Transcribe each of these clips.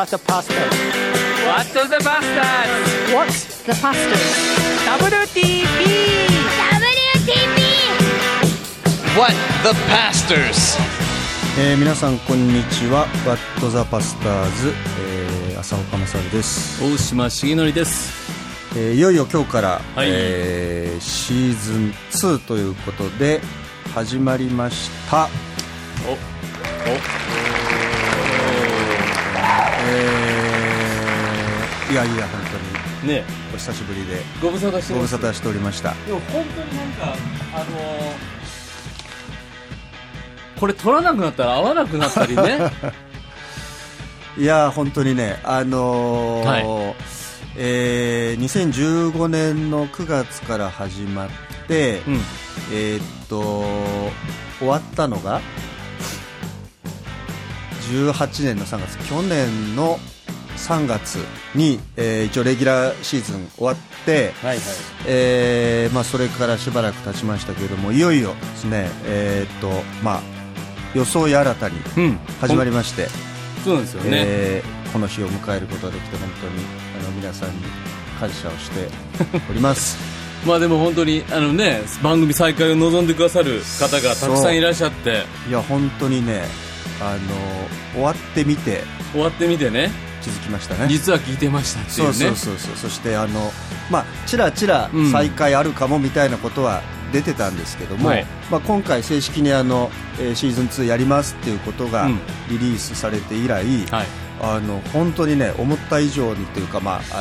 What the Pastors? What the Bastards? What's the Pastors? WTP! What the Pastors? 皆さんこんにちは。 What the Pastors、浅岡勝です。 大島重則です。 いよいよ今日から、 はい、 シーズン2ということで始まりました。いや本当にね、お久しぶりでご無沙汰しておりました。 でも本当になんかこれ撮らなくなったら合わなくなったりねいや本当にね、2015年の9月から始まって、終わったのが18年の3月、去年の3月に、一応レギュラーシーズン終わって、それからしばらく経ちましたけれども、いよいよですね、装い新たに始まりまして、 そうなんですよね、 この日を迎えることができて本当に皆さんに感謝をしておりますまあでも本当に番組再開を望んでくださる方がたくさんいらっしゃって、いや本当にね、終わってみてね気づきましたね。 実は聞いてましたっていうね。 そうそしてちらちら再開あるかもみたいなことは出てたんですけども、今回正式にシーズン2やりますっていうことがリリースされて以来、本当にね思った以上にというか、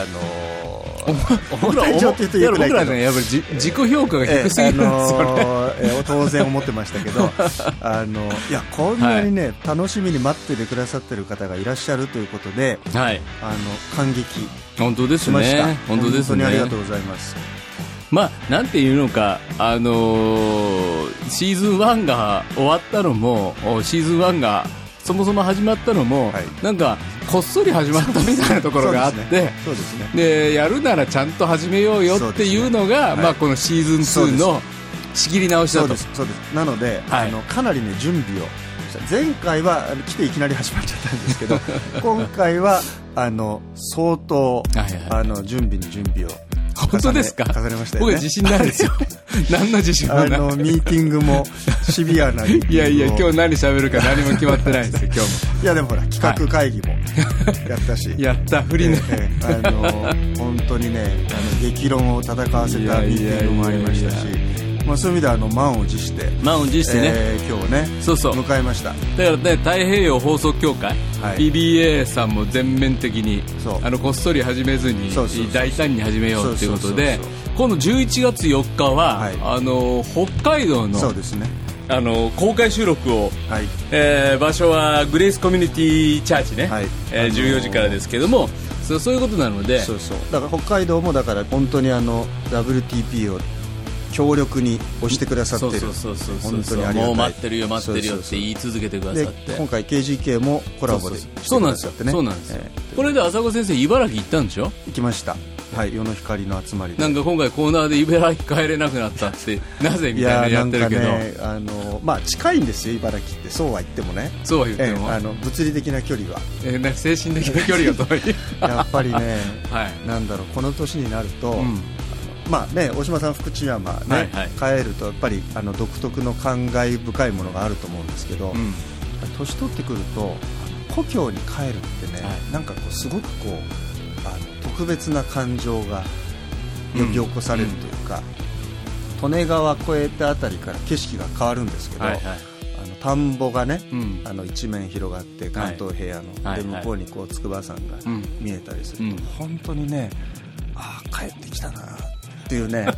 思った以上って言うとよくないけど、 僕らねやっぱり自己評価が低すぎるんですよね。 当然思ってましたけどいやこんなにね、楽しみに待っててくださってる方がいらっしゃるということで、感激しました。 本当ですね。 本当にありがとうございます。 なんていうのか、シーズン1が終わったのも、シーズン1がそもそも始まったのも、なんかこっそり始まったみたいなところがあって、でやるならちゃんと始めようよっていうのが、このシーズン2の仕切り直しだと。 そうです。なので、かなりね準備を前回は来ていきなり始まっちゃったんですけど今回は相当、準備を本当ですか？ 重ねましたよね。 僕は自信ないですよ何の自信もない。 ミーティングもシビアなミーティングをいや今日何喋るか何も決まってないんですよ今日も。 いやでもほら企画会議もやったしやったふりね、 本当にね激論を戦わせたミーティングもありましたし、そういう意味では満を持してね、今日ね迎えました。 だからね、太平洋放送協会、PBA さんも全面的にこっそり始めずに大胆に始めようということで、今度11月4日は、北海道のそうですね、 公開収録を、場所はグレイスコミュニティチャーチね、14時からですけども、そういうことなので、 だから北海道もだから本当にWTP を強力に押してくださってる。本当にありがたい。 もう待ってるよって言い続けてくださって、 今回 KGK もコラボでしてくださってね。 そうなんですよ。これで浅子先生茨城行ったんでしょ？ 行きました。世の光の集まりで。 なんか今回コーナーで茨城帰れなくなったってなぜみたいなやってるけど、 近いんですよ茨城って。そうは言ってもね。 そうは言っても、 物理的な距離は。 精神的な距離が遠いやっぱりね、なんだろう、この年になると。大島さん福知山ね、帰るとやっぱり独特の感慨深いものがあると思うんですけど、年取ってくると故郷に帰るってね、なんかすごく特別な感情が呼び起こされるというか、利根川越えたあたりから景色が変わるんですけど、田んぼがね、一面広がって関東平野の、で向こうに筑波山が見えたりすると、本当にね、帰ってきたなっていうね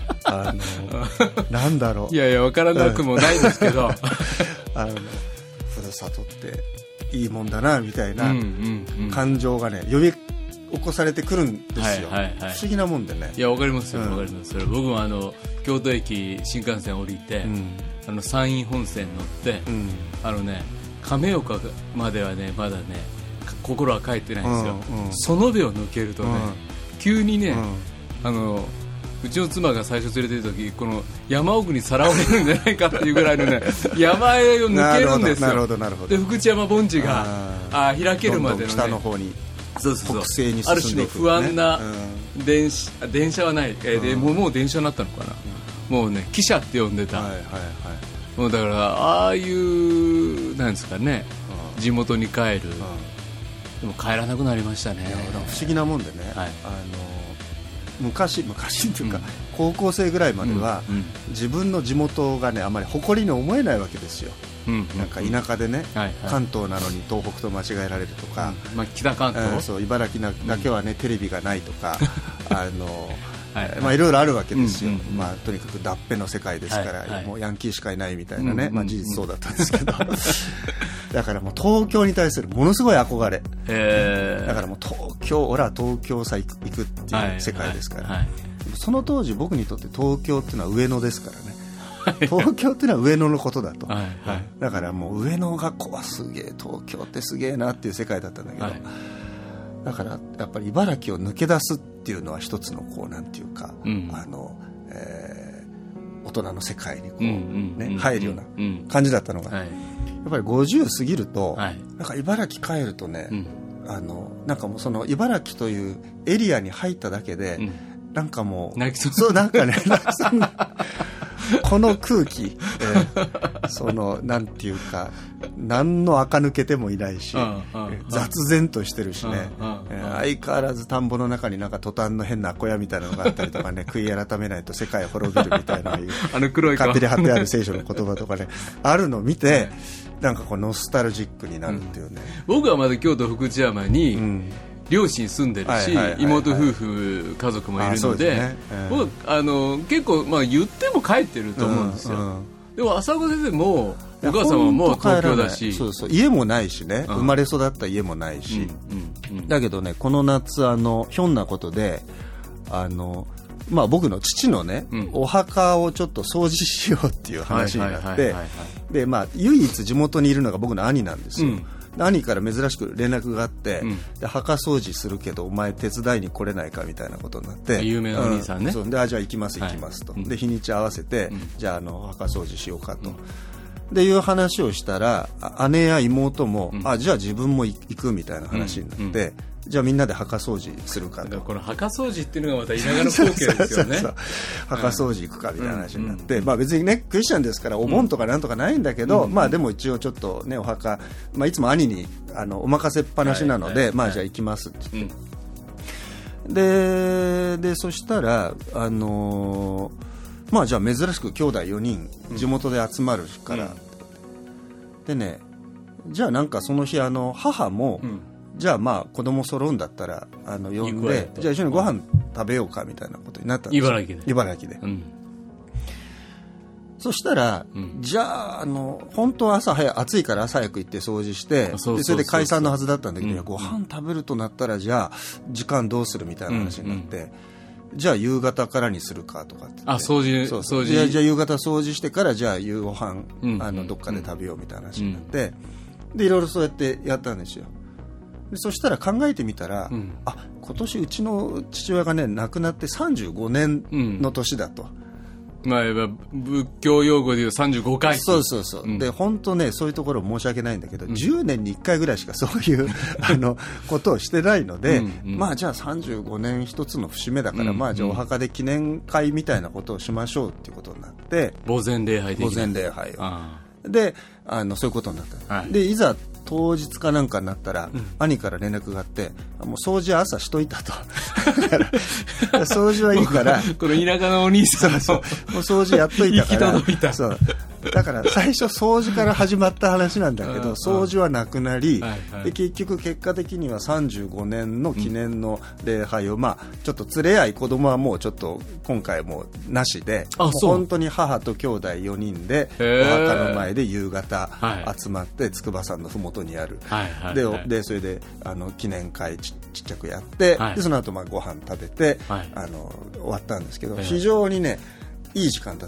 なんだろう、 いや分からなくもないですけどふるさとっていいもんだなみたいな感情がね呼び起こされてくるんですよ。不思議なもんでね。 いや分かりますよ、分かります。それ僕も京都駅新幹線降りて、山陰本線乗って、亀岡まではねまだね心は帰ってないんですよ。園部を抜けるとね、急にね、 うちの妻が最初連れてる時この山奥にさらわれるんじゃないかっていうぐらいのね山あいを抜けるんですよ。 なるほどなるほど。 で福知山盆地が開けるまでの、ね、 北の方に北西に進んでいく、ね、 ある種の不安な電車はない、もう電車になったのかな、もうね汽車って呼んでた、はいはいはい、もうだからああいうなんですかね、地元に帰る、でも帰らなくなりましたね。 不思議なもんでね、はい、昔っていうか、高校生ぐらいまでは、自分の地元がねあまり誇りに思えないわけですよ。なんか田舎でね、関東なのに東北と間違えられるとか、 北関東、 そう茨城だけはね、テレビがないとかいろいろあるわけですよ。とにかく脱皮の世界ですから、もうヤンキーしかいないみたいなね、事実そうだったんですけどだからもう東京に対するものすごい憧れ、だからもう俺は東京さ行くっていう世界ですから、その当時僕にとって東京っていうのは上野ですからね東京っていうのは上野のことだと、だからもう上野がすげえ、東京ってすげえなっていう世界だったんだけど、だからやっぱり茨城を抜け出すっていうのは一つのなんていうか、大人の世界に入るような感じだったのが、やっぱり50過ぎると、なんか茨城帰るとね、なんかもうその茨城というエリアに入っただけで、なんかもう泣きそうなんかねこの空気、なんていうか何の垢抜けてもいないし、雑然としてるしね、相変わらず田んぼの中になんかトタンの変な小屋みたいなのがあったりとかね悔い改めないと世界滅びるみたいな勝手に貼ってある聖書の言葉とかねあるのを見て、なんかノスタルジックになるっていうね、 僕はまだ京都福知山に、両親住んでるし、妹夫婦家族もいるので、僕結構、言っても帰ってると思うんですよ。でも浅岡先生もお母様も東京だし、 そう家もないしね、生まれ育った家もないし、だけどねこの夏ひょんなことで僕の父のね、お墓をちょっと掃除しようっていう話になって、で唯一地元にいるのが僕の兄なんですよ。兄から珍しく連絡があって、で墓掃除するけどお前手伝いに来れないかみたいなことになって、 有名なお兄さんね、 でじゃあ行きますと、で日にち合わせて、じゃあ墓掃除しようかと、でいう話をしたら姉や妹も、じゃあ自分も行くみたいな話になって、じゃあみんなで墓掃除するかと。 この墓掃除っていうのがまた田舎の光景ですよね墓掃除行くかみたいな話になって、別にねクリスチャンですからお盆とかなんとかないんだけど、でも一応ちょっとねお墓、いつも兄にお任せっぱなしなので、じゃあ行きますって言って、でそしたらじゃあ珍しく兄弟4人地元で集まるから、でね、じゃあなんかその日母も、じゃあ子供揃うんだったら呼んで、じゃあ一緒にご飯食べようかみたいなことになったんですよ。茨城で、そしたら、じゃあ本当は暑いから朝早く行って掃除して、それで解散のはずだったんだけど、ご飯食べるとなったらじゃあ時間どうするみたいな話になって、じゃあ夕方からにするかとかって、 掃除じゃあ夕方掃除してからじゃあ夕ご飯どっかで食べようみたいな話になって、でいろいろそうやってやったんですよ。でそしたら考えてみたら、今年うちの父親がね亡くなって35年の年だと、 仏教用語でいう35回忌。 そうで本当ねそういうところ申し訳ないんだけど、10年に1回ぐらいしかそういうことをしてないので、じゃあ35年一つの節目だから、じゃあお墓で記念会みたいなことをしましょうっていうことになって、 墓前礼拝的な。 墓前礼拝をでそういうことになった、でいざ当日かなんかになったら、兄から連絡があって、もう掃除は朝しといたと掃除はいいからこの田舎のお兄さんもう掃除やっといたから行き届いた。 そうだから最初掃除から始まった話なんだけど、掃除はなくなり、で結果的には35年の記念の礼拝を、ちょっと連れ合い子供はもうちょっと今回もうなしで、もう本当に母と兄弟4人でお墓の前で夕方集まって筑波山のふもとにある、でそれで記念会ちっちゃくやって、でその後ご飯食べて、終わったんですけど、非常にねいい時間だったわけ。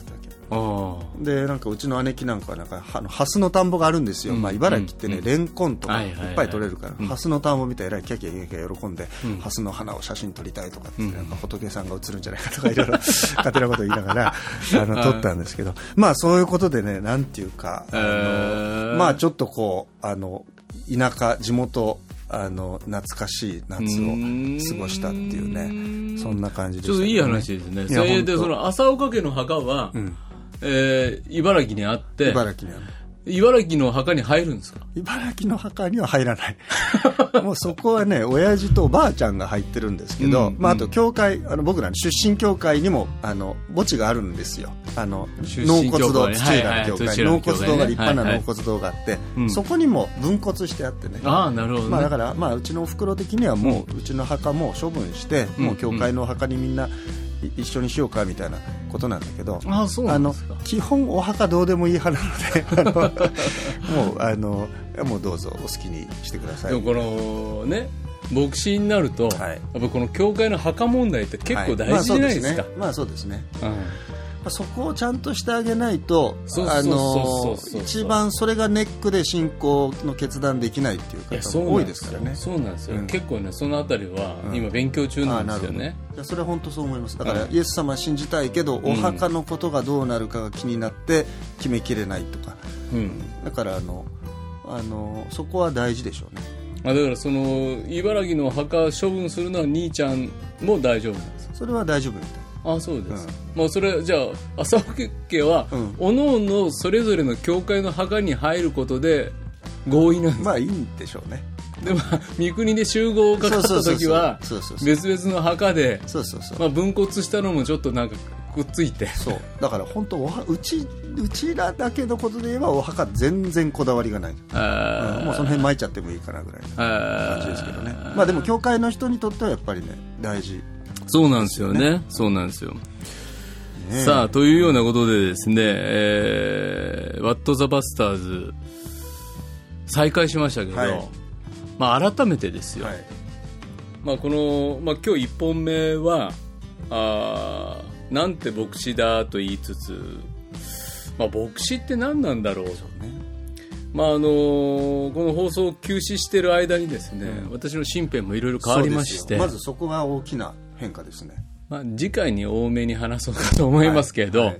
でなんかうちの姉貴なんかはなんかハスの田んぼがあるんですよ、茨城ってね、レンコンとかいっぱい取れるから、ハスの田んぼ見たらえらいキャキャキャキャ喜んで、ハスの花を写真撮りたいとかって、なんか仏さんが写るんじゃないかとかいろいろ勝手なこと言いながら撮ったんですけど、まあそういうことでね、なんていうかまあちょっとこう田舎地元懐かしい夏を過ごしたっていうね、そんな感じでしたね。 ちょっといい話ですね。それでその浅岡家の墓は、茨城にあって、茨城の墓に入るんですか？ 茨城の墓には入らないもうそこはね、親父とおばあちゃんが入ってるんですけど、あと教会、僕らの出身教会にも墓地があるんですよ。納骨堂、土浦の教会、納骨堂が立派な納骨堂があって、そこにも分骨してあってね。 なるほどね。 だからうちのおふくろ的にはもう、うちの墓も処分して、もう教会のお墓にみんな一緒にしようかみたいなことなんだけど、 そうなんですか。 基本お墓どうでもいい派なのでもうどうぞお好きにしてください。 でもこのね、牧師になると、やっぱこの教会の墓問題って結構大事じゃないですか。 まあそうですね。そこをちゃんとしてあげないと、一番それがネックで信仰の決断できないっていう方も多いですからね。 そうなんですよ。結構ね、そのあたりは今勉強中なんですよね。 それは本当そう思います。だからイエス様信じたいけど、お墓のことがどうなるかが気になって決めきれないとか、だからそこは大事でしょうね。 だからその茨城の墓処分するのは兄ちゃんも大丈夫なんですか？ それは大丈夫みたい。 そうです。それじゃあ浅岡家は、おのおのそれぞれの教会の墓に入ることで合意なんですか？ いいんでしょうね。 で三国で集合がかかった時は別々の墓で分骨したのもちょっとなんかくっついて、 だから本当うちらだけのことで言えばお墓全然こだわりがない。もうその辺巻いちゃってもいいかなぐらいな感じですけどね。でも教会の人にとってはやっぱりね、大事。 そうなんですよね。そうなんですよ。さあ、というようなことでですね、What the Bastards 再開しましたけど、改めてですよ。この、今日1本目はなんて牧師だと言いつつ、牧師って何なんだろうと。この放送を休止している間にですね、私の身辺もいろいろ変わりまして、 まずそこが大きな変化ですね。 次回に多めに話そうかと思いますけど、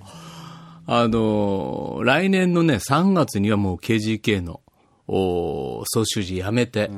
来年のね3月にはもう KGK の総主事辞めて、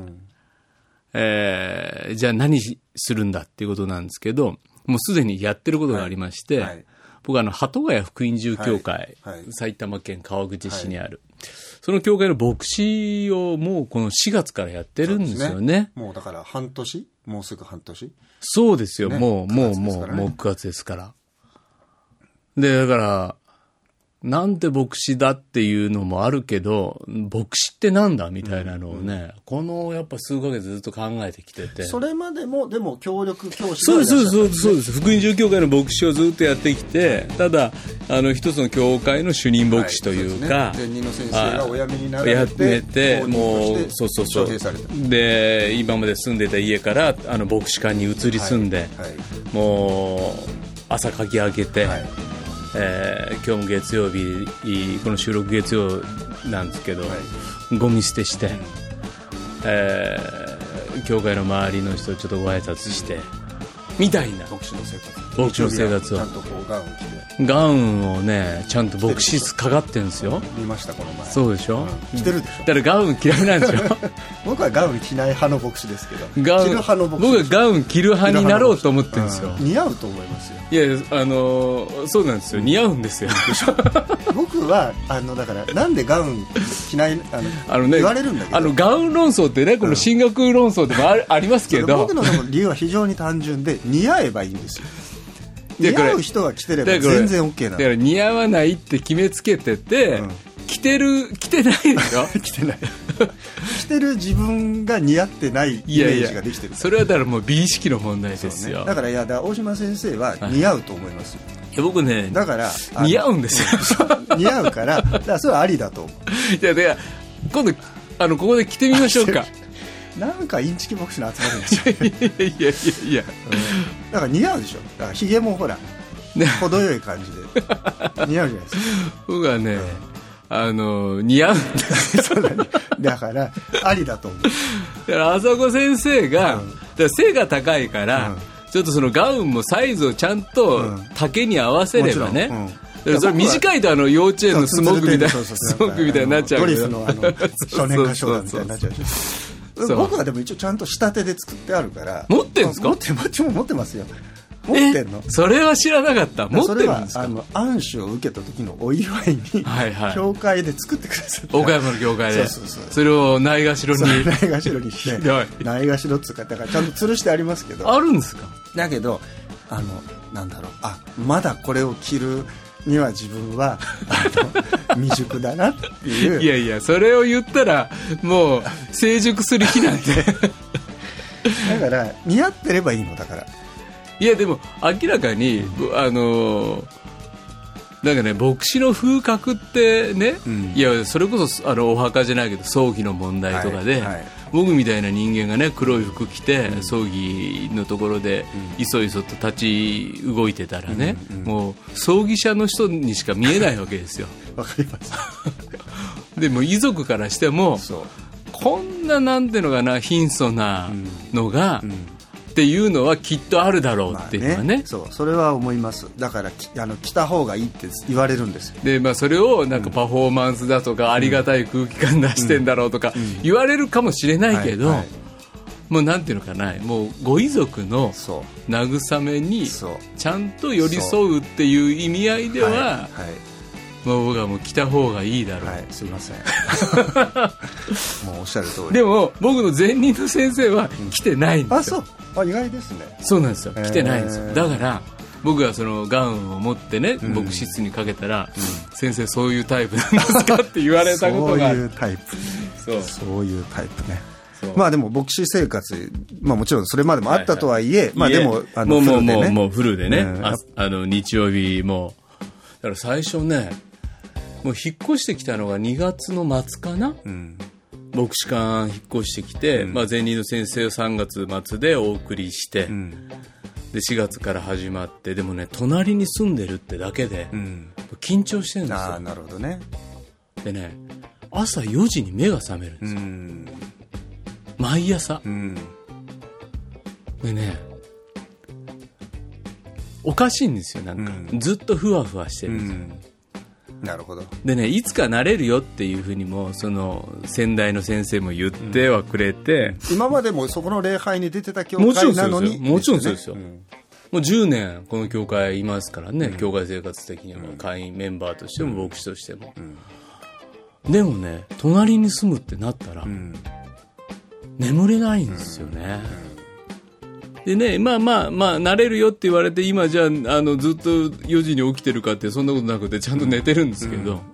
じゃあ何するんだっていうことなんですけど、もうすでにやってることがありまして、僕は鳩ヶ谷福音住教会、埼玉県川口市にある、その教会の牧師をもうこの4月からやってるんですよね。 もうだから半年、もうすぐ半年。 そうですよ。もう9月ですから。で、だからなんて牧師だっていうのもあるけど、牧師ってなんだみたいなのをね、このやっぱ数ヶ月ずっと考えてきてて。 それまでもでも協力教師がいらっしゃった。そうです。福音住教会の牧師をずっとやってきて、ただ一つの教会の主任牧師というか、 前任の先生がお辞めになられて、 もうそうで今まで住んでた家から牧師館に移り住んで、もう朝かき上げて。今日も月曜日、この収録月曜なんですけど、ゴミ捨てして、教会の周りの人ちょっとご挨拶してみたいな牧師の生活を、 ちゃんとこうガウン着て、ガウンをねちゃんと牧師室かかってるんですよ。 見ましたこの前。 そうでしょ、 着てるでしょ。 だからガウン嫌いなんでしょ僕はガウン着ない派の牧師ですけど、 着る派の牧師。僕はガウン着る派になろうと思ってるんですよ。 似合うと思いますよ。 いやそうなんですよ、似合うんですよ僕はだからなんでガウン着ない言われるんだけど、 ガウン論争ってね、この進学論争でもありますけど、 僕の理由は非常に単純で、似合えばいいんですよ。似合う人が着てれば全然 OK なんだ。 だから似合わないって決めつけてて、着てないでしょ着てない着てる自分が似合ってないイメージができてる。 それはだからもう美意識の問題ですよ。 だから大島先生は似合うと思いますよ。 いや僕ね、 だから似合うんですよ似合うからそれはありだと思う。 いや今度ここで着てみましょうかなんかインチキ牧師の集まるんですよいや、 だから似合うでしょ。だからヒゲもほら程よい感じで似合うじゃないですか。 僕はね、似合うんだからありだと思う。 だから朝子先生が、だから背が高いから、ちょっとそのガウンもサイズをちゃんと丈に合わせればね、それ短いと幼稚園のスモークみたいなスモークみたいになっちゃうけど、 ドリフの少年合唱団みたいになっちゃう。僕はでも一応ちゃんと仕立てで作ってあるから。 持ってんすか？ 持ってますよ。持ってんの？ それは知らなかった。持ってるんですか？ それは暗手を受けた時のお祝いに、教会で作ってくださった。 岡山の教会で。それをないがしろに。 ないがしろにして。ないがしろっつうか、だからちゃんと吊るしてありますけど。 あるんですか？ だけど、なんだろう、まだこれを着るには自分は未熟だなっていう。 いやいや、それを言ったらもう成熟する日なんて。 だから似合ってればいいのだから。 いやでも明らかになんかね、牧師の風格ってね、いやそれこそお墓じゃないけど葬儀の問題とかで、僕みたいな人間がね黒い服着て、葬儀のところでいそいそと立ち動いてたらね、もう葬儀者の人にしか見えないわけですよ。 わかります。 でも遺族からしてもこんななんていうのかな、貧相なのが、っていうのはきっとあるだろうっていうのはね、 それは思います。だから着た方がいいって言われるんですよ。 で、それをなんかパフォーマンスだとか、ありがたい空気感出してんだろうとか言われるかもしれないけど、もうなんていうのかな、もうご遺族の慰めにちゃんと寄り添うっていう意味合いでは、もう僕はもう着た方がいいだろう。 すいません。もうおっしゃる通り。 でも僕の前任の先生は着てないんですよ。 意外ですね。 そうなんですよ。着てないんですよ。だから僕がそのガウンを持ってね、牧師室にかけたら、先生そういうタイプなんですかって言われたことがある。 そういうタイプ。そういうタイプね。まあでも牧師生活、もちろんそれまでもあったとはいえ、でももうフルでね、日曜日もだから最初ね、もう引っ越してきたのが2月の末かな、牧師館引っ越してきて、前任の先生を3月末でお送りして、で4月から始まって、でもね隣に住んでるってだけで、緊張してるんですよ。 なるほどね。 でね、朝4時に目が覚めるんですよ、毎朝、でね、おかしいんですよ、なんか、ずっとふわふわしてるんですよ。 なるほど。 でね、いつかなれるよっていうふうにもその先代の先生も言ってはくれて、 今までもそこの礼拝に出てた教会なのに、 もちろんそうですよ。もう10年この教会いますからね、教会生活的にも会員メンバーとしても牧師としても、でもね、隣に住むってなったら、眠れないんですよね。でね、慣れるよって言われて、今じゃあ、ずっと4時に起きてるかってそんなことなくてちゃんと寝てるんですけど、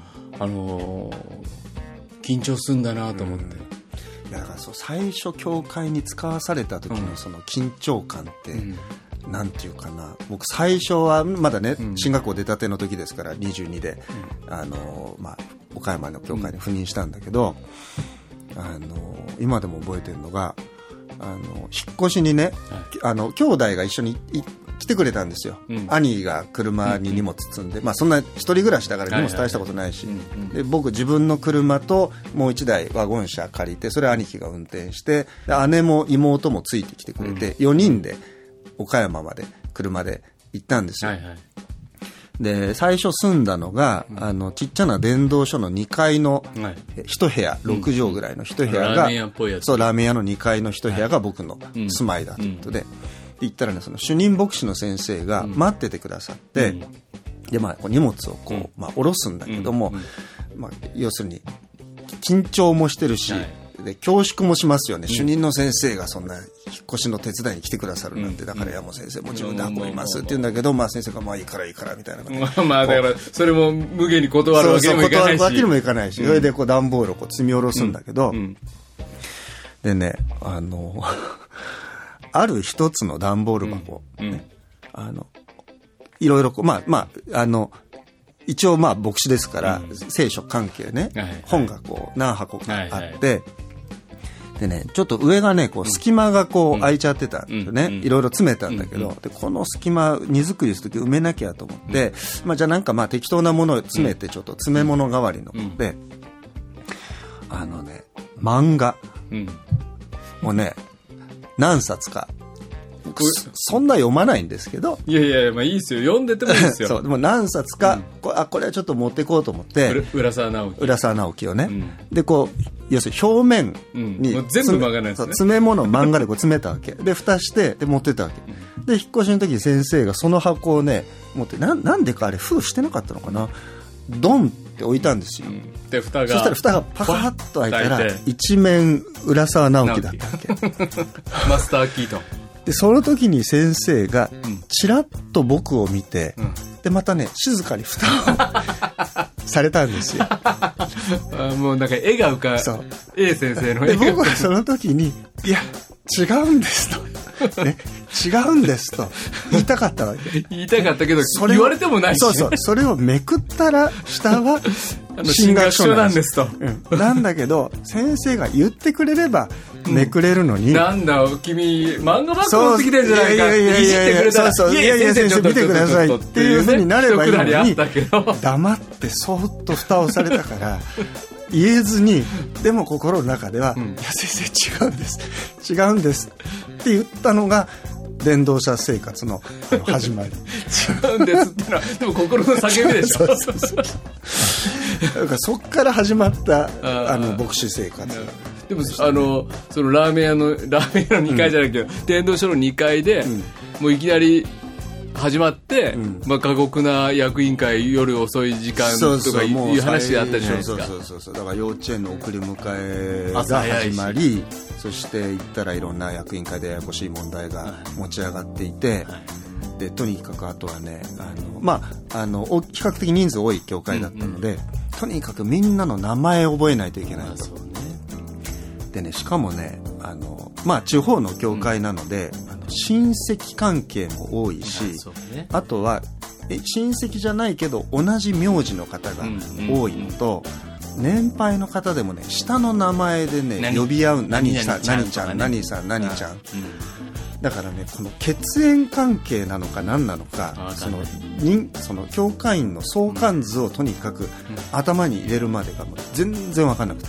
緊張するんだなと思って、 だから最初教会に使わされた時のその緊張感って、なんていうかな、僕最初はまだね、進学校出たての時ですから、22で、岡山の教会に赴任したんだけど、今でも覚えてるのが、引っ越しにね、兄弟が一緒に来てくれたんですよ、兄が車に荷物積んで、そんな一人暮らしだから荷物大したことないし、で僕自分の車ともう一台ワゴン車借りて、それ兄貴が運転して、姉も妹もついてきてくれて、4人で岡山まで車で行ったんですよ。で最初住んだのが、ちっちゃな伝道所の2階の一部屋、6畳ぐらいの一部屋が、 ラーメン屋っぽいやつ。 そう、ラーメン屋の2階の一部屋が僕の住まいだということで、行ったらね、その主任牧師の先生が待っててくださって、で荷物をこう、下ろすんだけども、要するに緊張もしてるし、で恐縮もしますよね、主任の先生がそんな引っ越しの手伝いに来てくださるなんて、だからもう先生も自分で運びますって言うんだけど、先生がいいからいいからみたいなだからそれも無限に断るわけにもいかないし、 断るわけにもいかないし、それで段ボールを積み下ろすんだけど、でね、ある一つの段ボール箱、いろいろ一応牧師ですから、聖書関係ね、本が何箱かあって、 でね、ちょっと上がね、こう隙間がこう開いちゃってたんですよね。いろいろ詰めたんだけど、でこの隙間荷造りするとき埋めなきゃと思って、じゃあなんか適当なものを詰めてちょっと詰め物代わりので、漫画をね、何冊か。そんな読まないんですけど。 いやいや、いいですよ。読んでてもいいですよ。 そう、でも何冊か、これはちょっと持っていこうと思って、 浦沢直樹をね。 で、こう、要するに表面に、 もう全部漫画なんですね。 詰め物を漫画でこう詰めたわけ。で、蓋して、で、持ってったわけ。で、引っ越しの時に先生がその箱をね、持って、なんでかあれ封してなかったのかな。ドンって置いたんですよ。 で、蓋が。 そしたら蓋がパカッと開いたら、一面浦沢直樹だったわけ。 マスター・キートン。 でその時に先生がちらっと僕を見て、でまたね静かに蓋をされたんですよ。 もうなんか絵が浮かぶ A 先生の絵が浮かぶ。 で僕はその時にいや違うんですと、ね、違うんですと言いたかったわけ。 言いたかったけど言われてもないし、 そうそれをめくったら下は進学書なんですと、 なんだけど先生が言ってくれればめくれるのに、 なんだ君漫画ばっか持ってきてんじゃないかっていじってくれたら、 いやいや先生見てくださいっていう風になればいいのに、黙ってそーっと蓋をされたから言えずに、でも心の中では、いや先生違うんですって言ったのが電動車生活の始まり。 違うんですってのはでも心の叫びでしょ。 そうだからそっから始まった牧師生活。 でもそのラーメン屋の2階じゃないけど、電動車の2階で、もういきなり始まって、過酷な役員会、夜遅い時間とかいう話があったじゃないですか。 そうだから幼稚園の送り迎えが始まり、そして行ったらいろんな役員会でややこしい問題が持ち上がっていて、でとにかくあとはね、比較的人数多い教会だったので、とにかくみんなの名前を覚えないといけないと。でね、しかもね、地方の教会なので、親戚関係も多いし、あとは親戚じゃないけど同じ名字の方が多いのと、年配の方でもね下の名前でね呼び合う、何ちゃん何さん何ちゃん、だからねこの血縁関係なのか何なのか、その教会員の相関図をとにかく頭に入れるまでがもう全然分かんなくて、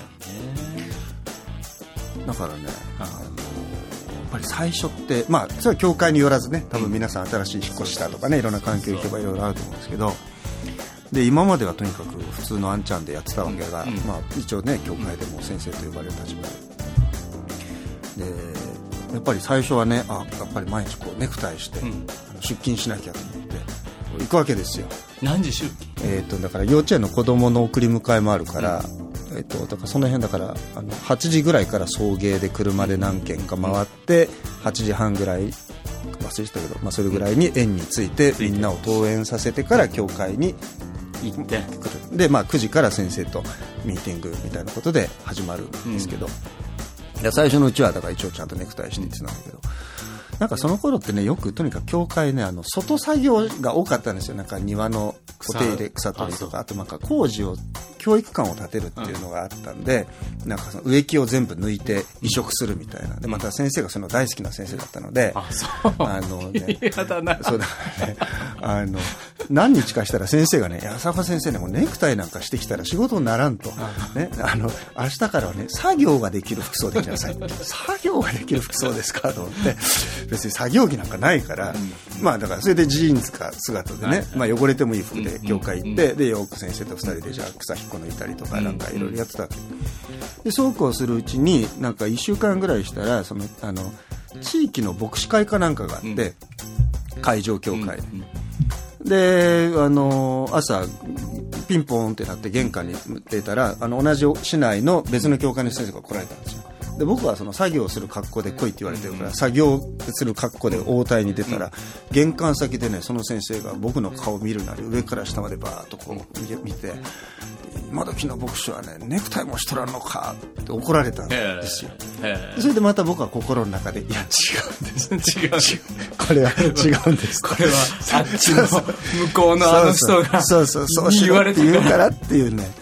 だからねやっぱり最初ってそれは教会によらずね、多分皆さん新しい引っ越ししたとかね、いろんな環境行けばいろいろあると思うんですけど、で今まではとにかく普通のあんちゃんでやってたわけが、一応ね教会でも先生と呼ばれる立場で、やっぱり最初はねやっぱり毎日こうネクタイして、出勤しなきゃと思って行くわけですよ。 何時出勤？ だから幼稚園の子供の送り迎えもあるから、だからその辺だから8時ぐらいから送迎で車で何軒か回って、8時半ぐらい忘れてたけど、それぐらいに園に着いてみんなを登園させてから教会に行ってくる。で9時から先生とミーティングみたいなことで始まるんですけど、最初のうちはだから一応ちゃんとネクタイしてってたんだけど、なんかその頃ってねよくとにかく教会ね外作業が多かったんですよ。なんか庭のお手入れ、草取りとか、あと工事を教育館を建てるっていうのがあったんで、なんかその植木を全部抜いて移植するみたいな。でまた先生がその大好きな先生だったので、 嫌だな。 そうだね、何日かしたら先生がね、浅岡先生ねもうネクタイなんかしてきたら仕事にならんと、ね、明日からはね作業ができる服装できなさい。作業ができる服装ですかと思って、別に作業着なんかないから、だからそれでジーンズか姿でね、汚れてもいい服で教会行って、でよく先生と2人でじゃあ草引っこ抜いたりとかなんかいろいろやってたわけで、そうこうするうちになんか1週間ぐらいしたら地域の牧師会かなんかがあって、会場教会で、朝ピンポンってなって玄関に出たら同じ市内の別の教会の先生が来られたんですよ。で僕はその作業する格好で来いって言われてるから、作業する格好で応対に出たら、玄関先でねその先生が僕の顔を見るなり上から下までバーッとこう見て、今時の牧師はねネクタイもしとらんのかって怒られたんですよ。それでまた僕は心の中で、いや違うんです違うこれは違うんですこれはあっちの向こうの人がそう言われて言うからっていうね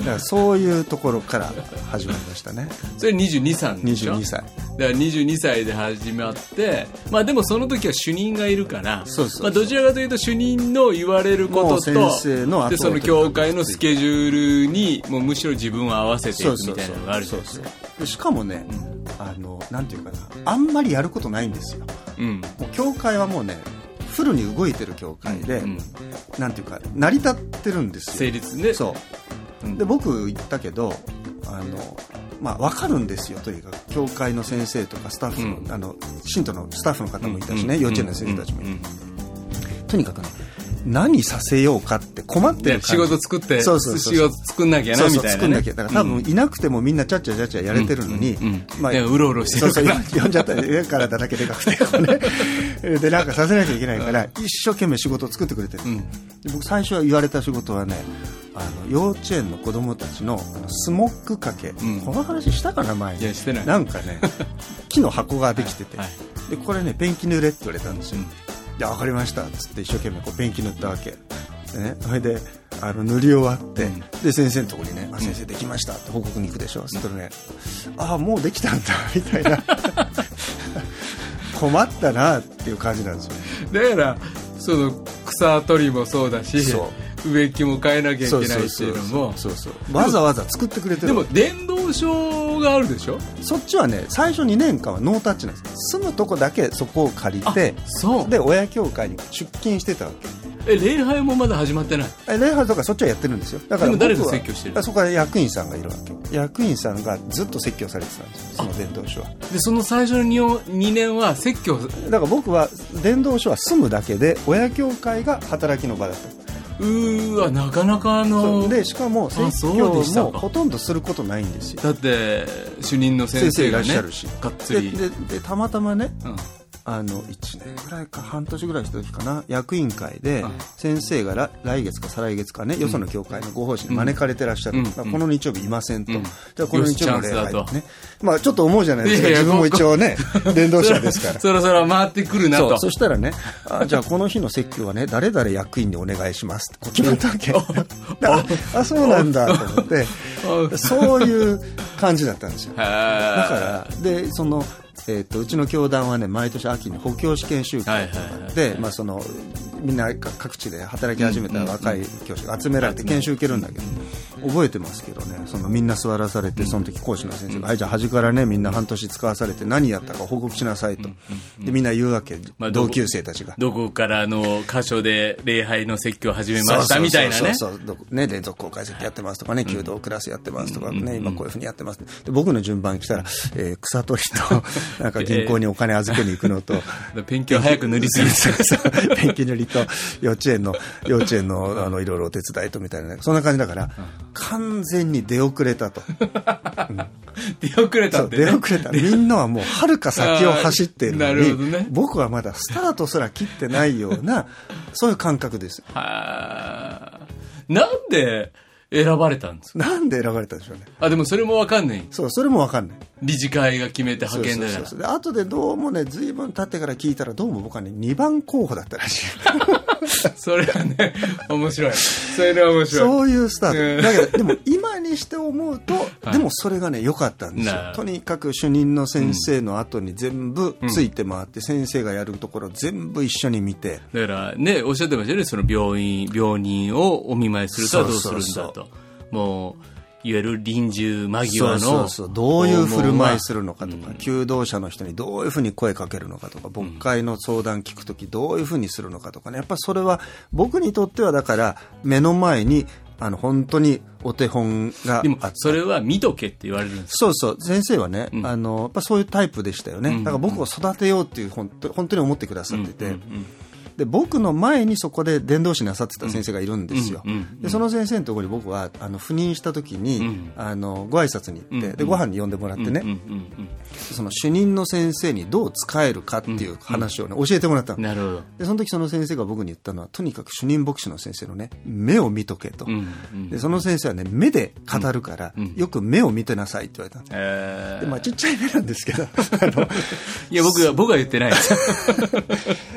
だからそういうところから始まりましたね。 それ22歳でしょ。 22歳だから22歳で始まって、まあでもその時は主任がいるから、まあどちらかというと主任の言われることと、 先生のでその教会のスケジュールにもうむしろ自分を合わせていくみたいなのがあるじゃないですか。 でしかもね、なんていうかな、あんまりやることないんですよ。もう教会はもうね、フルに動いてる教会で、なんていうか成り立ってるんですよ。 成立ね。 そう。で僕言ったけど、まあ分かるんですよ。とにかく教会の先生とかスタッフの、信徒のスタッフの方もいたしね、幼稚園の先生たちもいた。とにかくね、何させようかって困ってる感じ。 仕事作って、仕事作んなきゃなみたいな、ね。 作んなきゃ。だから多分いなくてもみんなチャッチャチャッチャやれてるのに、 まあうろうろしてるから。 呼んじゃったら体だけでかくてこうね。でなんかさせなきゃいけないから一生懸命仕事を作ってくれてる。で僕最初は言われた仕事はね、幼稚園の子供たちのスモッグかけ、この話したかな前に。 いやしてない。 なんかね、木の箱ができてて、でこれねペンキ塗れって言われたんですよ。で分かりましたっつって一生懸命こうペンキ塗ったわけでね。それで塗り終わって、で先生のところにね、先生できましたって報告に行くでしょ。そしたらね、もうできたんだみたいな困ったなっていう感じなんですよ。 だからその草取りもそうだし、植木も変えなきゃいけないっていうのもわざわざ作ってくれてる。 でも伝道書があるでしょ。 そっちはね、最初2年間はノータッチなんです。住むとこだけそこを借りて、で親教会に出勤してたわけ。 礼拝もまだ始まってない。 礼拝とかそっちはやってるんですよ。だからでも誰が説教してる。 そこは役員さんがいるわけ。役員さんがずっと説教されてたんですよ、その伝道書は。 でその最初の 2年は説教。 だから僕は伝道書は住むだけで、親教会が働きの場だった。 わ、なかなかでしかも説教もほとんどすることないんですよ。 だって主任の先生がね、 いらっしゃるし、 がっつりでたまたまね、1年ぐらいか半年ぐらいした時かな、役員会で先生が来月か再来月かね、よその教会のご奉仕に招かれてらっしゃる、この日曜日いませんと、じゃあこの日曜日の礼拝ね、まあちょっと思うじゃないですか、自分も一応ね伝道者ですからそろそろ回ってくるなと。 そしたらね、じゃあこの日の説教はね、誰々役員にお願いしますって決まったわけそうなんだと思ってそういう感じだったんですよ。だからでうちの教団はね、毎年秋に補教師研修会とかで、まあみんな各地で働き始めた若い教師が集められて研修受けるんだけど、覚えてますけどね、みんな座らされて、その時講師の先生が、はい、じゃあ端からね、みんな半年使わされて何やったか報告しなさいと、でみんな言うわけ、同級生たちがどこからの箇所で礼拝の説教を始めましたみたいなね、 ね、連続公開説教やってますとかね、弓道クラスやってますとかね、今こういうふうにやってます。で僕の順番来たら、草取りとなんか銀行にお金預けに行くのとペンキを早く塗りすぎてペンキ塗りと幼稚園のいろいろお手伝いとみたいな、ね、そんな感じだから、完全に出遅れたと、 出遅れたって、ね、 出遅れた。みんなはもう遥か先を走っているのに、 ね、 僕はまだスタートすら切ってないようなそういう感覚です。 なんで選ばれたんですか。 なんで選ばれたんでしょうね。 でもそれも分かんない。 それも分かんない。 理事会が決めて派遣だから。 で後でどうもね、随分経ってから聞いたら、どうも僕はね、2番候補だったらしいそれはね、面白い。それは面白い。 そういうスタート。だけどでも今にして思うと、でもそれがね良かったんですよ。とにかく主任の先生の後に全部ついて回って、先生がやるところ全部一緒に見て。 だからね、おっしゃってましたよね、その病人をお見舞いするとはどうするんだと。もういわゆる臨終間際のどういう振る舞いするのかとか、求道者の人にどういうふうに声かけるのかとか、牧会の相談聞くときどういうふうにするのかとかね、やっぱそれは僕にとってはだから目の前に本当にお手本があった。 でもそれは見とけって言われるんですか。 そう先生はね、やっぱそういうタイプでしたよね。だから僕を育てようっていう本当に思ってくださってて、で僕の前にそこで伝道師なさってた先生がいるんですよ。でその先生のところに僕は赴任した時に、ご挨拶に行って、でご飯に呼んでもらってね、その主任の先生にどう仕えるかっていう話をね、教えてもらったの。 なるほど。 でその時その先生が僕に言ったのは、とにかく主任牧師の先生のね、目を見とけと。でその先生はね、目で語るから、よく目を見てなさいって言われた。でちっちゃい目なんですけどいや僕は言ってないです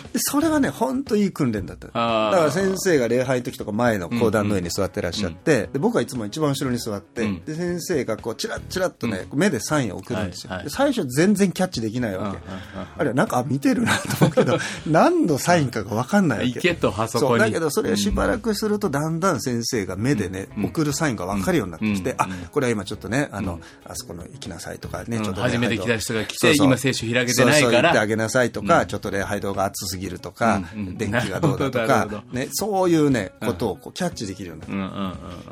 それはね本当いい訓練だった。だから先生が礼拝の時とか前の講談の上に座ってらっしゃって、で僕はいつも一番後ろに座って、で先生がこうチラッチラッとね、目でサインを送るんですよ、で最初全然キャッチできないわけ、あれはなんか見てるなと思うけど何のサインかが分かんないわけ。 行けとあそこに。 そうだけどそれをしばらくするとだんだん先生が目でね、送るサインが分かるようになってきて、あこれは今ちょっとねあそこの行きなさいとかね、ちょっとね初めて来た人が来て今聖書開けてないから行ってあげなさいとか、ちょっと礼拝堂が熱すぎるとか、電気がどうだとか、ね、そういうねことをこうキャッチできるようになって、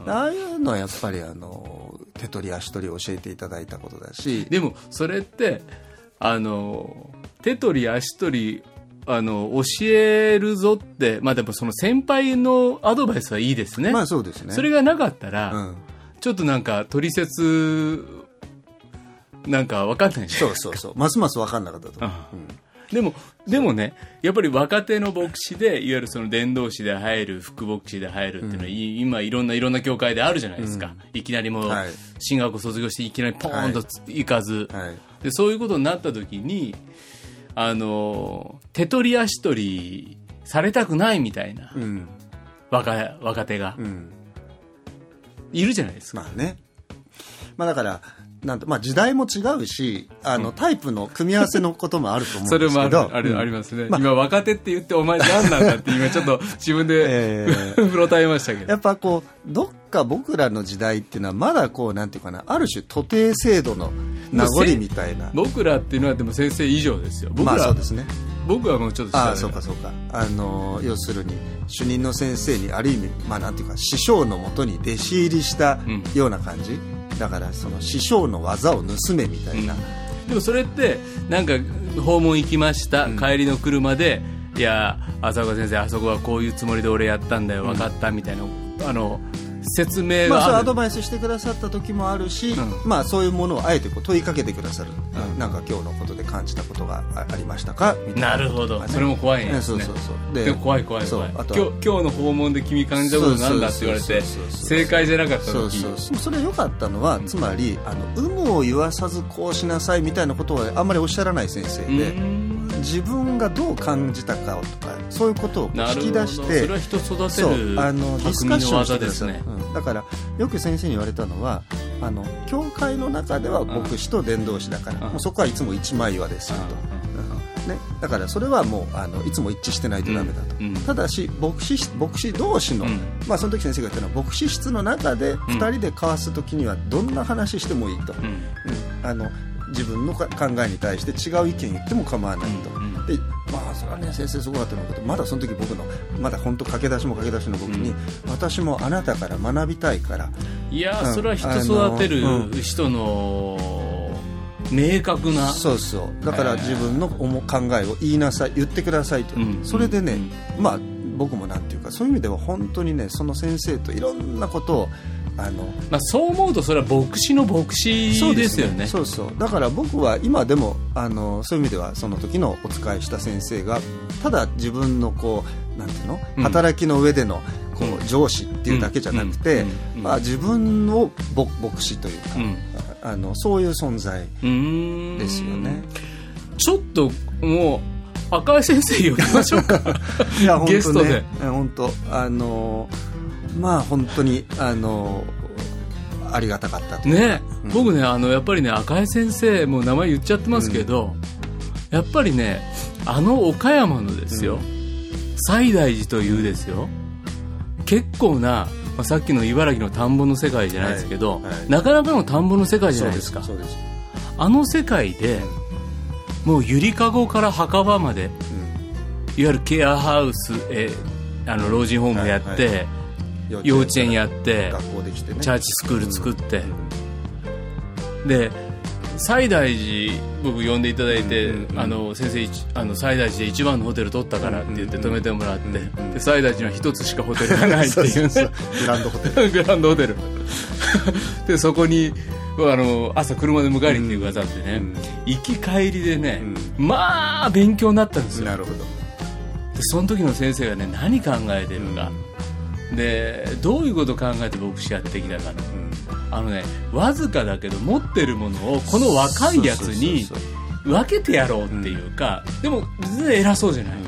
ああいうのはやっぱり手取り足取り教えていただいたことだし。 でもそれって手取り足取り教えるぞって、まあでもその先輩のアドバイスはいいですね。 まあそうですね。 それがなかったら、ちょっとなんか取説なんか分かんないじゃないですか。 そうますます分かんなかったと思う。 でもね、やっぱり若手の牧師でいわゆるその伝道師で入る副牧師で入るっていうのは、今いろんな教会であるじゃないですか、いきなりもう進学を卒業していきなりポーンと行かず、でそういうことになった時に手取り足取りされたくないみたいな、若手が、いるじゃないですか。 まあね、だから時代も違うしタイプの組み合わせのこともあると思うんですけどそれもありますね、今若手って言ってお前何なんだって今ちょっと自分で風呂耐えましたけど、 やっぱこうどっか僕らの時代っていうのはまだこうなんていうかな、ある種徒弟制度の名残みたいな。 僕らっていうのはでも先生以上ですよ。 そうですね。 僕はもうちょっとそうか要するに主任の先生にある意味なんていうか師匠のもとに弟子入りしたような感じ、だからその師匠の技を盗めみたいな、 でもそれってなんか訪問行きました、帰りの車でいや浅岡先生あそこはこういうつもりで俺やったんだよ分かったみたいな説明がある、 アドバイスしてくださった時もあるし、そういうものをあえてこう問いかけてくださる、なんか今日のことで感じたことがありましたかみたいな。 なるほど、それも怖いね。で怖い今日の訪問で君感じたことなんだって言われて正解じゃなかった時、 それ良かったのはつまり有無を言わさずこうしなさいみたいなことはあんまりおっしゃらない先生で、自分がどう感じたかとかそういうことを聞き出して、 それは人育てるディスカッションしてくださる。だからよく先生に言われたのは教会の中では牧師と伝道師だから、もうそこはいつも一枚岩ですよと、だからそれはもういつも一致してないとダメだと、ただし牧師同士の、その時先生が言ったのは牧師室の中で2人で交わす時にはどんな話してもいいと、自分の考えに対して違う意見言っても構わないと、でそれはね先生すごかったのけど、まだその時僕のまだ本当駆け出しの僕に、私もあなたから学びたいから、 いやそれは人育てる人の明確な、 だから自分の考えを言いなさい、言ってくださいと、それでね、僕もなんていうかそういう意味では本当にねその先生といろんなことをそう思うとそれは牧師の牧師ですよね。 そうだから僕は今でもそういう意味ではその時のお仕えした先生がただ自分のこうなんていうの、働きの上でのこう上司っていうだけじゃなくて、自分の牧師というか、そういう存在ですよね。 ちょっともう赤井先生呼びましょうかいやゲストで本当本当にありがたかったとね、僕ねやっぱりね赤井先生もう名前言っちゃってますけど、やっぱりね岡山のですよ、西大寺というですよ、結構な、さっきの茨城の田んぼの世界じゃないですけど、なかなかの田んぼの世界じゃないですか。 そうです世界でもうゆりかごから墓場まで、いわゆるケアハウス老人ホームやって、幼稚園やって、 学校できてね、 チャーチスクール作って、で西大寺僕呼んでいただいて、先生西大寺で一番のホテル取ったからって言って泊めてもらって、で西大寺には一つしかホテルがないっていうねグランドホテルグランドホテルでそこに朝車で迎えに来てくださってね、行き帰りでね、勉強になったんですよ。 なるほど。 でその時の先生がね何考えてるか、でどういうことを考えて牧師やってきたか、わずかだけど持ってるものをこの若いやつに分けてやろうっていうか、でも全然偉そうじゃない、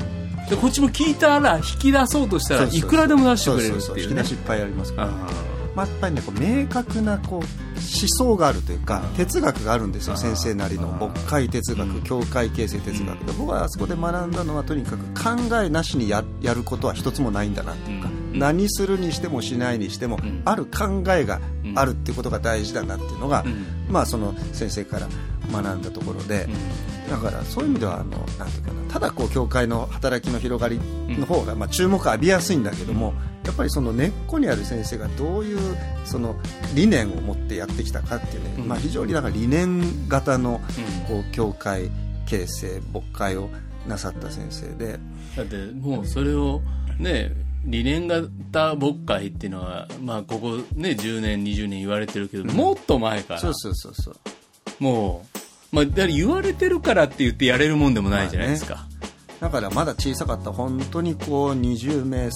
でこっちも聞いたら引き出そうとしたらいくらでも出してくれるっていうね。 引き出しいっぱいありますから、やっぱりねこう明確なこう思想があるというか哲学があるんですよ。先生なりの牧会哲学、教会形成哲学で、僕はあそこで学んだのはとにかく考えなしに やることは一つもないんだなというか、何するにしてもしないにしても、ある考えがあるっていうことが大事だなっていうのが、まあ、その先生から学んだところで、だからそういう意味ではなんていうかな、ただこう教会の働きの広がりの方が、まあ、注目を浴びやすいんだけども、やっぱりその根っこにある先生がどういうその理念を持ってやってきたかっていうね、まあ、非常にだから理念型のこう教会形成牧会をなさった先生で、 だってもうそれをね理念型牧会っていうのは、まあ、ここね10年20年言われてるけど、もっと前からそうもう、まあ、だから言われてるからって言ってやれるもんでもないじゃないですか、 まあね、だからまだ小さかった本当にこう20名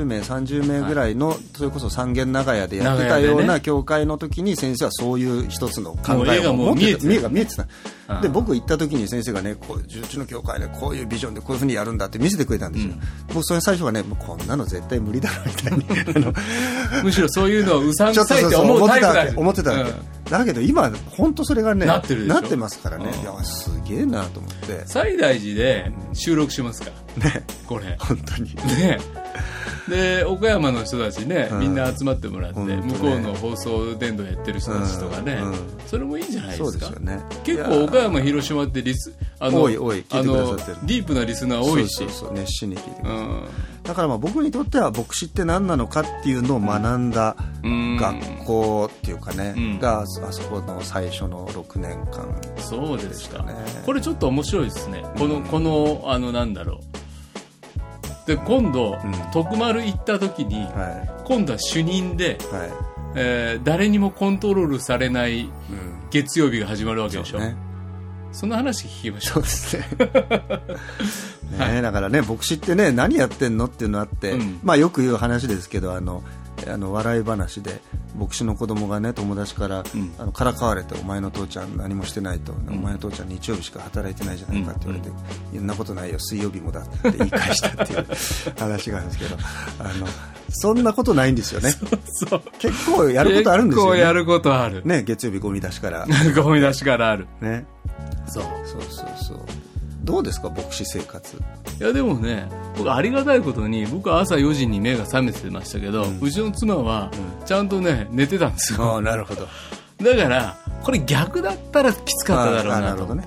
30名ぐらいの、それこそ三軒長屋でやってたような教会の時に先生はそういう一つの考えを持ってた、見えてた。で僕行った時に先生がね、こううちの教会でこういうビジョンでこういうふうにやるんだって見せてくれたんですよ、僕それ最初はね、もうこんなの絶対無理だろみたいにむしろそういうのをうさんくさいって思うタイプだ思ってたわけ、だけど今本当それがねなってますからね、いやすげえなと思って。 西大寺で収録しますからね、 これ本当にね。で岡山の人たちね、みんな集まってもらって、向こうの放送伝道やってる人たちとかね、それもいいんじゃないですか。 そうですよね。 結構岡山広島って多い聞いてくださってる。 ディープなリスナー多いし、 そう熱心に聞いてくださって、だからまあ僕にとっては牧師って何なのかっていうのを学んだ学校っていうかね、があそこの最初の6年間でしたね。 そうですか。これちょっと面白いですね。このなんだろう。で今度、徳丸行った時に、今度は主任で、誰にもコントロールされない月曜日が始まるわけでしょ。その話聞きましょう。 そうですね。だからね、牧師ってね何やってんのっていうのあって、まあよく言う話ですけど、笑い話で牧師の子供がね友達から、からかわれて、お前の父ちゃん何もしてないと、お前の父ちゃん日曜日しか働いてないじゃないかって言われて、そんなことないよ水曜日もだって言い返したっていう話があるんですけど、そんなことないんですよね。そう結構やることあるんですよね。 結構やることあるね。月曜日ゴミ出しからゴミ出しからあるね。そうどうですか牧師生活。 いやでもね、僕ありがたいことに、僕は朝4時に目が覚めてましたけど、うちの妻はちゃんとね寝てたんですよ。 なるほど。 だからこれ逆だったらきつかっただろうなと。 なるほどね。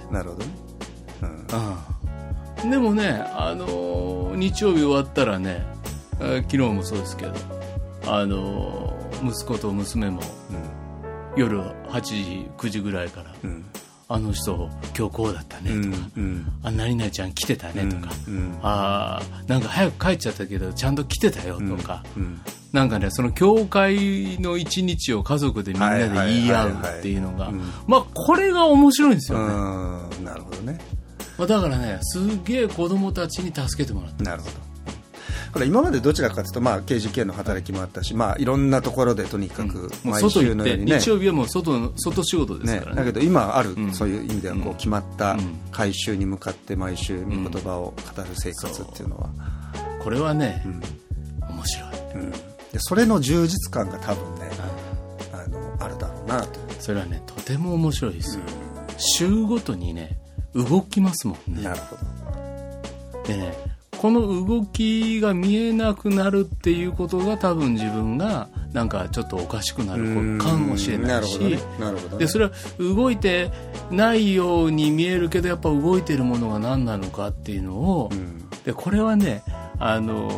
でもね、日曜日終わったらね、昨日もそうですけど、息子と娘も、夜8時9時ぐらいから、あの人今日こうだったねとか、何々ちゃん来てたねとか、なんか早く帰っちゃったけどちゃんと来てたよとか、なんかね、その教会の一日を家族でみんなで言い合うっていうのが、まあこれが面白いんですよね。 なるほどね。 だからね、すげえ子供たちに助けてもらった。 なるほど。これ今までどちらかというと、まあ、KGK の働きもあったし、まあ、いろんなところでとにかく毎週のようにね、 日曜日はもう外仕事ですからね。 だけど今ある、そういう意味ではこう決まった改宗に向かって毎週御言葉を語る生活っていうのは、 これはね、面白い、 でそれの充実感が多分ね、あるだろうなと。 それはね、とても面白いですよ、週ごとにね動きますもんね。 なるほど。でね、この動きが見えなくなるっていうことが多分自分がなんかちょっとおかしくなるかもしれないし、でそれは動いてないように見えるけど、やっぱ動いてるものが何なのかっていうのを、でこれはね、や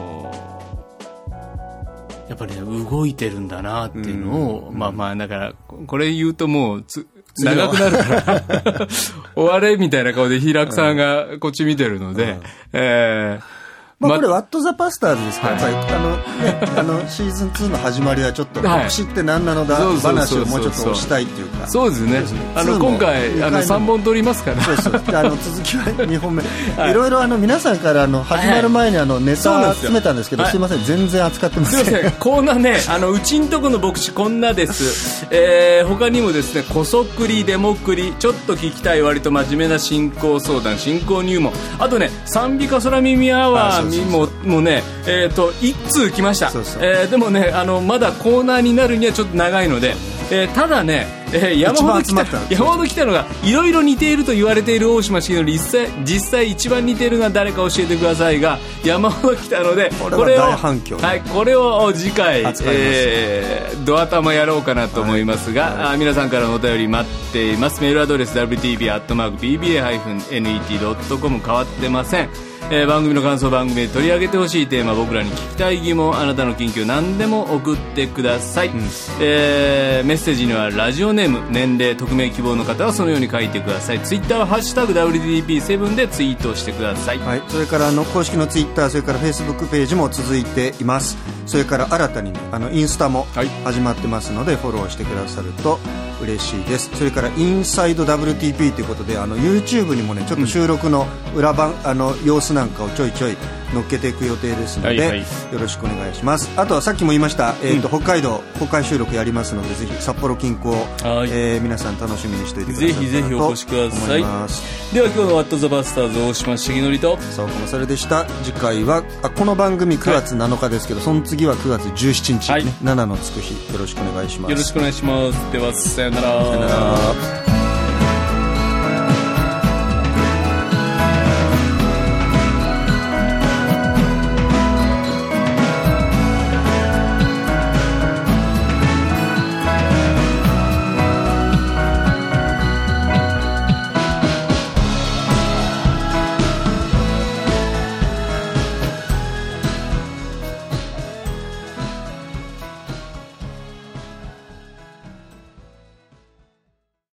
っぱりね、動いてるんだなっていうのを、まあだからこれ言うともう長くなるから終われみたいな顔で平久さんがこっち見てるので、 まあこれワットザパスターズですから、シーズン2の始まりはちょっと牧師って何なのだ話をもうちょっと押したいっていうか、 そうですね。今回3本撮りますから、 続きは2本目。いろいろ皆さんから始まる前にネタ集めたんですけど、すいません、全然扱ってません。 すいません、こんなね、うちんとこの牧師こんなです。他にもですね、こそっくりデモクリ、ちょっと聞きたい割と真面目な信仰相談、信仰入門、あとね、賛美歌空耳アワーもうね、1通来ました。でもね、まだコーナーになるにはちょっと長いので、ただね、山ほど来たのがいろいろ似ていると言われている大島重則、実際一番似ているのは誰か教えてくださいが、山ほど来たので、これを次回、ドア玉やろうかなと思いますが、皆さんからのお便り待っています。メールアドレス wtb@pba-net.com 変わってません。番組の感想、番組で取り上げてほしいテーマ、僕らに聞きたい疑問、あなたの近況何でも送ってください。メッセージにはラジオネーム、年齢、匿名希望の方はそのように書いてください。ツイッターはハッシュタグ WTP7 でツイートしてください。 はい、それから公式のツイッター、それからフェイスブックページも続いています。それから新たに、インスタも始まってますので、フォローしてくださると嬉しいです。それからインサイド WTP ということで、YouTube にもね、ちょっと収録の裏番、様子なんかをちょいちょい乗っけていく予定ですので、よろしくお願いします。あとはさっきも言いました、北海道公開収録やりますので、ぜひ札幌近郊、皆さん楽しみにしておいてください。 ぜひぜひお越しください。では今日のワットザバスターズ、大島重則とそうかもそれでした。次回はこの番組9月7日ですけど、その次は9月17日、7のつく日、よろしくお願いします。 よろしくお願いします。ではさよなら。